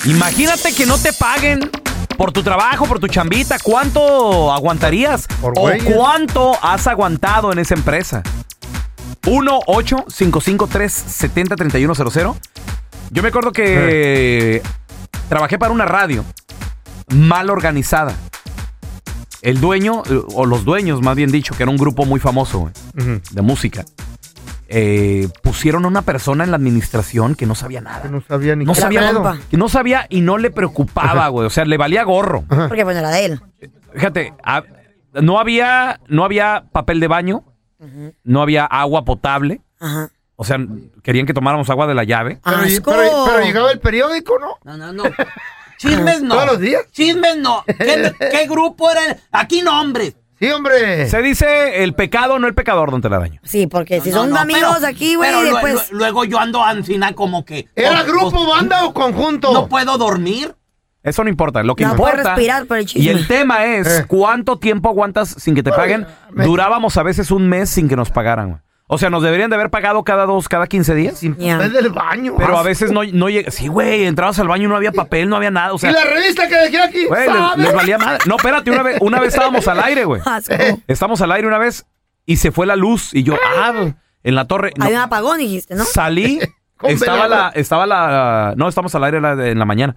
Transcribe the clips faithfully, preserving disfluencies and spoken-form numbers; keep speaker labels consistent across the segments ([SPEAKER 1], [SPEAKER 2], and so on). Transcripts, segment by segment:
[SPEAKER 1] Imagínate que no te paguen por tu trabajo, por tu chambita. ¿Cuánto aguantarías? ¿O cuánto has aguantado en esa empresa? uno ocho cinco cinco tres siete cero tres uno cero cero. Yo me acuerdo que eh. trabajé para una radio mal organizada. El dueño, o los dueños más bien dicho, que era un grupo muy famoso uh-huh. de música, eh, pusieron a una persona en la administración que no sabía nada. Que
[SPEAKER 2] no sabía ni
[SPEAKER 1] no sabía, que no sabía y no le preocupaba, güey. O sea, le valía gorro.
[SPEAKER 3] Uh-huh. Porque bueno, era de él.
[SPEAKER 1] Fíjate, a, no había, no había papel de baño, uh-huh. no había agua potable.
[SPEAKER 3] Ajá.
[SPEAKER 1] O sea, querían que tomáramos agua de la llave.
[SPEAKER 2] Pero, pero, pero llegaba el periódico, ¿no?
[SPEAKER 4] No, no, no. Chismes no.
[SPEAKER 2] ¿Todos los días?
[SPEAKER 4] Chismes no. ¿Qué, qué grupo era? Aquí nombres.
[SPEAKER 2] Sí, hombre.
[SPEAKER 1] Se dice el pecado, no el pecador, don Telaraño.
[SPEAKER 3] Sí, porque
[SPEAKER 4] no,
[SPEAKER 3] si
[SPEAKER 4] no,
[SPEAKER 3] son
[SPEAKER 4] no,
[SPEAKER 3] amigos
[SPEAKER 4] pero,
[SPEAKER 3] aquí, güey,
[SPEAKER 4] pero
[SPEAKER 3] después...
[SPEAKER 4] Luego, luego yo ando ancina como que...
[SPEAKER 2] ¿Era grupo, banda o conjunto?
[SPEAKER 4] No puedo dormir.
[SPEAKER 1] Eso no importa. Lo que
[SPEAKER 3] no
[SPEAKER 1] importa...
[SPEAKER 3] puedo respirar por el chisme.
[SPEAKER 1] Y el tema es, eh. ¿cuánto tiempo aguantas sin que te paguen? Me... Durábamos a veces un mes sin que nos pagaran. O sea, nos deberían de haber pagado cada dos, cada quince días.
[SPEAKER 2] Sin papel del baño.
[SPEAKER 1] Pero a veces no, no llega. Sí, güey, entrabas al baño y no había papel, no había nada. O sea,
[SPEAKER 2] ¿y la revista que dejé aquí?
[SPEAKER 1] Güey, les, les valía madre. No, espérate, una vez, una vez estábamos al aire, güey. Estábamos al aire una vez y se fue la luz. Y yo, ah, en la torre.
[SPEAKER 3] No. Hay un apagón, dijiste, ¿no?
[SPEAKER 1] Salí, estaba la, estaba la. No, estamos al aire en la mañana.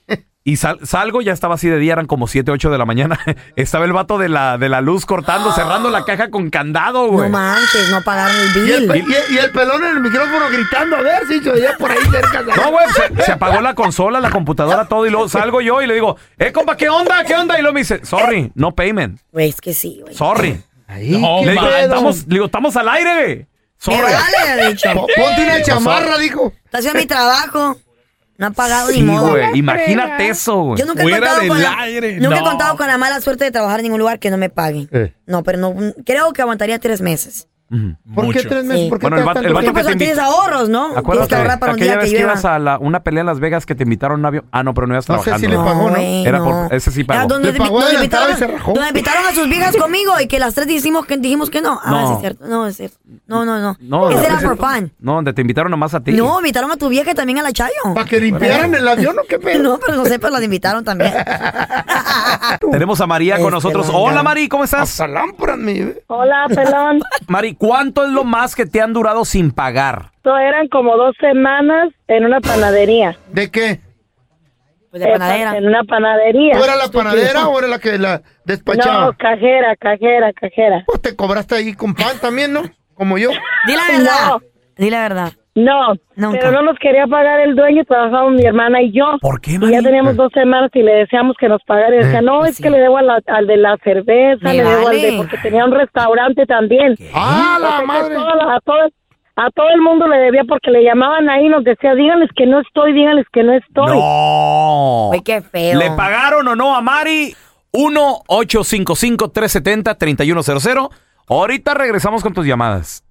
[SPEAKER 1] Y sal, salgo, ya estaba así de día, eran como siete, ocho de la mañana. Estaba el vato de la, de la luz cortando, oh. cerrando la caja con candado, güey.
[SPEAKER 3] No manches, no pagaron el bill.
[SPEAKER 2] Y el, y, y el pelón en el micrófono gritando, a ver si yo ya por ahí cerca.
[SPEAKER 1] No, güey, se, se apagó la consola, la computadora, todo. Y luego salgo yo y le digo, eh, compa, ¿qué onda? ¿Qué onda? Y luego me dice, sorry, no payment.
[SPEAKER 3] Güey, es que sí, güey.
[SPEAKER 1] Sorry.
[SPEAKER 2] Ahí,
[SPEAKER 1] no, le digo, estamos, le digo, estamos al aire. Sorry.
[SPEAKER 3] Vale, dicho.
[SPEAKER 2] Ponte una chamarra, dijo.
[SPEAKER 3] Está haciendo mi trabajo. No han pagado
[SPEAKER 1] sí,
[SPEAKER 3] ni modo.
[SPEAKER 1] Güey, imagínate eso, güey.
[SPEAKER 3] Yo nunca, he contado, con la, nunca no. he contado con la mala suerte de trabajar en ningún lugar que no me paguen. Eh. No, pero no creo que aguantaría tres meses.
[SPEAKER 2] Uh-huh. ¿Por Mucho. qué tres meses? Sí. ¿Por qué
[SPEAKER 1] bueno, el vato, el vato
[SPEAKER 3] que te tienes ahorros, ¿no?
[SPEAKER 1] Acuérdate, tienes que ahorrar para un día que, que ibas a la, una pelea en Las Vegas que te invitaron a un avión. Ah, no, pero no ibas trabajando.
[SPEAKER 2] No sé si le pagó, ¿no?
[SPEAKER 1] Era
[SPEAKER 3] no.
[SPEAKER 1] por, ese sí pagó.
[SPEAKER 3] Donde,
[SPEAKER 2] le pagó
[SPEAKER 3] donde,
[SPEAKER 2] invitaron,
[SPEAKER 3] invitaron,
[SPEAKER 2] y se rajó.
[SPEAKER 3] donde invitaron a sus viejas conmigo y que las tres dijimos que, dijimos que no. Ah,
[SPEAKER 1] no.
[SPEAKER 3] sí es cierto. No, es cierto. No, no, no.
[SPEAKER 1] no
[SPEAKER 3] Ese
[SPEAKER 1] no,
[SPEAKER 3] era
[SPEAKER 1] ese,
[SPEAKER 3] por fan.
[SPEAKER 1] No, donde te invitaron nomás a ti.
[SPEAKER 3] No, invitaron a tu vieja y también a la Chayo.
[SPEAKER 2] ¿Para que limpiaran el avión o qué pedo?
[SPEAKER 3] No, pero no sé, pero las invitaron también.
[SPEAKER 1] Tenemos a María con nosotros. Hola, Mari, ¿cómo estás?
[SPEAKER 2] Hasta lámparas, mi.
[SPEAKER 5] Hola, pelón.
[SPEAKER 1] Mari, ¿cuánto es lo más que te han durado sin pagar?
[SPEAKER 5] So, eran como dos semanas en una panadería.
[SPEAKER 2] ¿De qué?
[SPEAKER 3] Pues de panadera.
[SPEAKER 5] En una panadería.
[SPEAKER 2] ¿Tú eras la panadera o era la que la despachaba?
[SPEAKER 5] No, cajera, cajera, cajera.
[SPEAKER 2] Pues te cobraste ahí con pan también, ¿no? Como yo.
[SPEAKER 3] Di la verdad. No. Di la verdad.
[SPEAKER 5] No, Nunca. Pero no nos quería pagar el dueño, trabajábamos mi hermana y yo.
[SPEAKER 1] ¿Por qué,
[SPEAKER 5] Mari? Y ya teníamos dos semanas y le decíamos que nos pagara. Y decía, no, pues es sí. que le debo a la, al de la cerveza, Me le debo vale. al de... Porque tenía un restaurante también.
[SPEAKER 2] ¿Qué? ¡Ah, la madre!
[SPEAKER 5] A, toda, a, todo, a todo el mundo le debía porque le llamaban ahí y nos decía, díganles que no estoy, díganles que no estoy.
[SPEAKER 1] ¡No!
[SPEAKER 3] Uy, qué feo.
[SPEAKER 1] ¿Le pagaron o no a Mari? uno ocho cinco cinco tres siete cero tres uno cero cero. Ahorita regresamos con tus llamadas.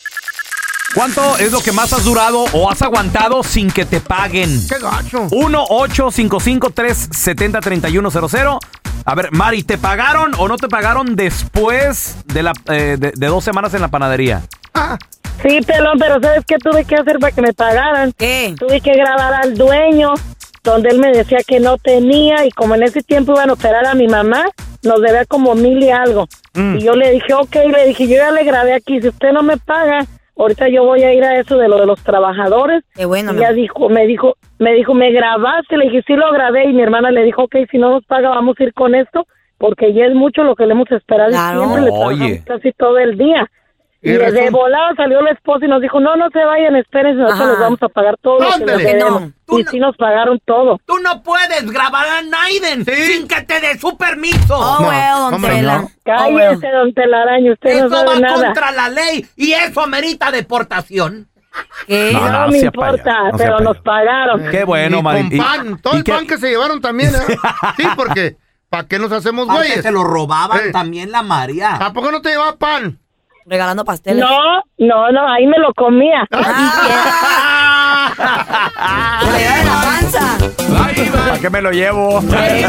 [SPEAKER 1] ¿Cuánto es lo que más has durado o has aguantado sin que te paguen?
[SPEAKER 2] ¡Qué gacho!
[SPEAKER 1] uno ocho cinco cinco tres siete cero tres uno cero cero. A ver, Mari, ¿te pagaron o no te pagaron después de, la, eh, de, de dos semanas en la panadería?
[SPEAKER 2] Ah.
[SPEAKER 5] Sí, pelón, pero ¿sabes qué tuve que hacer para que me pagaran?
[SPEAKER 3] ¿Qué?
[SPEAKER 5] Tuve que grabar al dueño, donde él me decía que no tenía, y como en ese tiempo iban a operar a mi mamá, nos debía como mil y algo. Mm. Y yo le dije, ok, le dije, yo ya le grabé aquí, si usted no me paga... Ahorita yo voy a ir a eso de lo de los trabajadores.
[SPEAKER 3] Qué bueno.
[SPEAKER 5] Y ya dijo, me dijo, me dijo, ¿me grabaste? Le dije, sí lo grabé. Y mi hermana le dijo, ok, si no nos paga, vamos a ir con esto. Porque ya es mucho lo que le hemos esperado.
[SPEAKER 3] Claro.
[SPEAKER 5] Y siempre le trabajamos casi todo el día. Y de, de volada salió la esposa y nos dijo, no, no se vayan, espérense, nosotros les vamos a pagar todo lo que les debemos. No. Y no, sí nos pagaron todo.
[SPEAKER 4] Tú no puedes grabar a Naiden ¿Sí? sin que te dé su permiso.
[SPEAKER 3] Oh,
[SPEAKER 2] no,
[SPEAKER 3] well, don Tela.
[SPEAKER 5] No. Cállese, oh, well. don Telaraño, usted
[SPEAKER 4] eso
[SPEAKER 5] no sabe
[SPEAKER 4] va
[SPEAKER 5] nada.
[SPEAKER 4] contra la ley y eso amerita deportación.
[SPEAKER 3] ¿Qué?
[SPEAKER 5] No, no, no me importa, no pero nos pagaron.
[SPEAKER 1] Qué bueno, Mari.
[SPEAKER 2] Con pan, todo el qué? pan que se llevaron también, ¿eh? Sí, porque ¿para qué nos hacemos güeyes?
[SPEAKER 4] Se lo robaban eh. también la María.
[SPEAKER 2] ¿A poco no te llevaba pan?
[SPEAKER 3] Regalando pasteles.
[SPEAKER 5] No, no, no, ahí me lo comía.
[SPEAKER 3] Ah. ¡Me da de la panza!
[SPEAKER 1] ¿Para qué me lo llevo?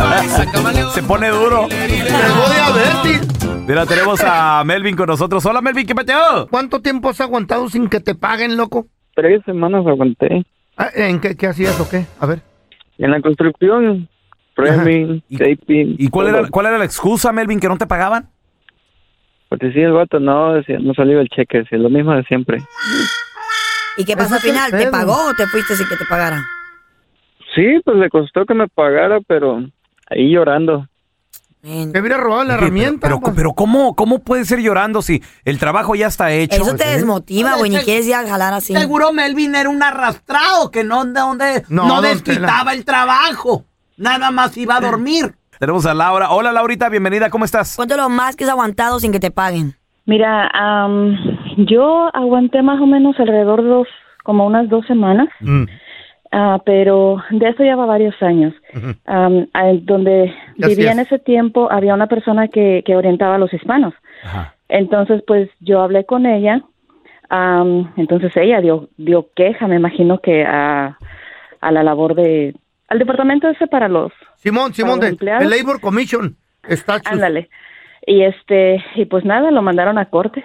[SPEAKER 1] Se pone duro.
[SPEAKER 2] Tengo diabetes.
[SPEAKER 1] Mira, tenemos a Melvin con nosotros. Hola, Melvin, ¿qué peteo?
[SPEAKER 2] ¿Cuánto tiempo has aguantado sin que te paguen, loco?
[SPEAKER 6] Tres semanas aguanté.
[SPEAKER 2] ¿En qué, qué hacías o qué? A ver.
[SPEAKER 6] En la construcción, framing, taping.
[SPEAKER 1] ¿Y cuál era, cuál era la excusa, Melvin, que no te pagaban?
[SPEAKER 6] Porque sí, el vato no, decía, no salió el cheque, es lo mismo de siempre.
[SPEAKER 3] ¿Y qué pasó al final? ¿Te pagó o te fuiste sin que te pagara?
[SPEAKER 6] Sí, pues le costó que me pagara, pero ahí llorando.
[SPEAKER 2] Te hubiera robado la herramienta.
[SPEAKER 1] Pero, pero, pero ¿cómo, ¿cómo puedes ir llorando si el trabajo ya está hecho?
[SPEAKER 3] Eso te desmotiva, güey, ni quieres ir a jalar así.
[SPEAKER 4] Seguro Melvin era un arrastrado que no, donde,
[SPEAKER 2] No,
[SPEAKER 4] no
[SPEAKER 2] don
[SPEAKER 4] desquitaba el trabajo. Nada más iba a dormir.
[SPEAKER 1] Tenemos a Laura. Hola, Laurita, bienvenida, ¿cómo estás?
[SPEAKER 3] ¿Cuánto lo más que has aguantado sin que te paguen?
[SPEAKER 7] Mira, um, yo aguanté más o menos alrededor de dos, como unas dos semanas.
[SPEAKER 2] Mm.
[SPEAKER 7] Uh, pero de eso ya va varios años.
[SPEAKER 2] Ujú.
[SPEAKER 7] Um, a- donde
[SPEAKER 2] ¿Qué
[SPEAKER 7] vivía
[SPEAKER 2] hacías?
[SPEAKER 7] en ese tiempo había una persona que, que orientaba a los hispanos.
[SPEAKER 1] Ajá.
[SPEAKER 7] Entonces, pues yo hablé con ella. Um, entonces ella dio dio queja, me imagino que a, a la labor de al departamento ese para los
[SPEAKER 2] Simón, Simón,
[SPEAKER 7] ¿Para
[SPEAKER 2] de
[SPEAKER 7] los empleados?
[SPEAKER 2] el Labor Commission. Está chus-
[SPEAKER 7] ándale. Y este y pues nada, lo mandaron a corte.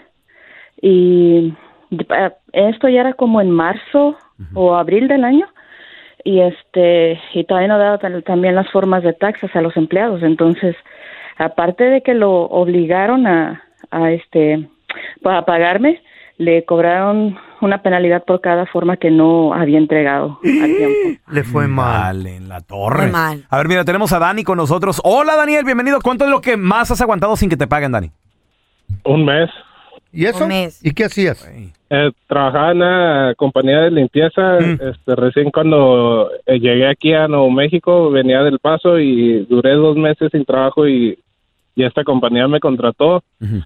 [SPEAKER 7] Y eh, esto ya era como en marzo o abril del año. Y este y todavía no daba tan- también las formas de taxas a los empleados. Entonces, aparte de que lo obligaron a, a este a pagarme, le cobraron una penalidad por cada forma que no había entregado a tiempo.
[SPEAKER 2] Le fue mal.
[SPEAKER 1] Vale, en la torre.
[SPEAKER 3] Muy mal.
[SPEAKER 1] A ver, mira, tenemos a Dani con nosotros. Hola, Daniel, bienvenido. ¿Cuánto es lo que más has aguantado sin que te paguen, Dani?
[SPEAKER 8] Un mes.
[SPEAKER 2] ¿Y eso?
[SPEAKER 3] Un mes.
[SPEAKER 2] ¿Y qué hacías?
[SPEAKER 8] Eh, trabajaba en una compañía de limpieza.
[SPEAKER 2] Mm.
[SPEAKER 8] Este, recién cuando eh, llegué aquí a Nuevo México, venía del Paso y duré dos meses sin trabajo y, y esta compañía me contrató.
[SPEAKER 1] Ujú.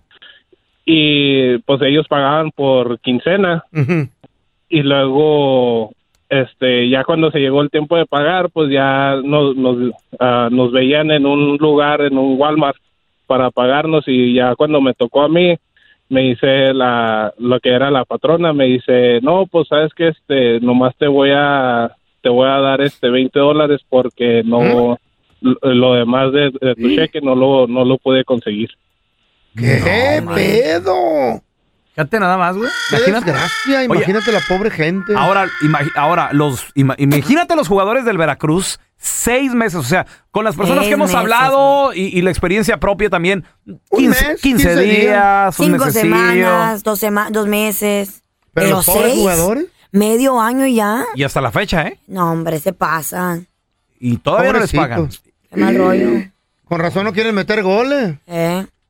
[SPEAKER 8] Y pues ellos pagaban por quincena
[SPEAKER 2] Ujú.
[SPEAKER 8] y luego este ya cuando se llegó el tiempo de pagar, pues ya nos, nos, ah, nos veían en un lugar, en un Walmart para pagarnos y ya cuando me tocó a mí, me dice la lo que era la patrona, me dice, no, pues sabes que este nomás te voy a te voy a dar este veinte dólares porque no lo, lo demás de, de tu cheque no lo no lo pude conseguir.
[SPEAKER 2] ¿Qué
[SPEAKER 1] No,
[SPEAKER 2] pedo?
[SPEAKER 1] Fíjate nada más, güey.
[SPEAKER 2] Qué
[SPEAKER 1] Imagínate.
[SPEAKER 2] desgracia, imagínate la pobre gente.
[SPEAKER 1] Ahora, imagi- ahora los, ima- imagínate los jugadores del Veracruz, seis meses, o sea, con las personas
[SPEAKER 3] Seis
[SPEAKER 1] que hemos
[SPEAKER 3] meses,
[SPEAKER 1] hablado y, y la experiencia propia también, quince,
[SPEAKER 2] mes,
[SPEAKER 1] quince
[SPEAKER 2] quince días.
[SPEAKER 1] días, un
[SPEAKER 3] Cinco
[SPEAKER 1] mesecillo.
[SPEAKER 3] semanas, dos, sema- dos meses.
[SPEAKER 2] Pero
[SPEAKER 3] Pero,
[SPEAKER 2] los pobres
[SPEAKER 3] seis,
[SPEAKER 2] jugadores.
[SPEAKER 3] medio año ya.
[SPEAKER 1] Y hasta la fecha, ¿eh?
[SPEAKER 3] No, hombre, se pasan.
[SPEAKER 1] Y todavía no les pagan.
[SPEAKER 2] Pobrecitos.
[SPEAKER 3] Qué mal rollo.
[SPEAKER 2] Con razón no quieren meter goles.
[SPEAKER 3] ¿Eh?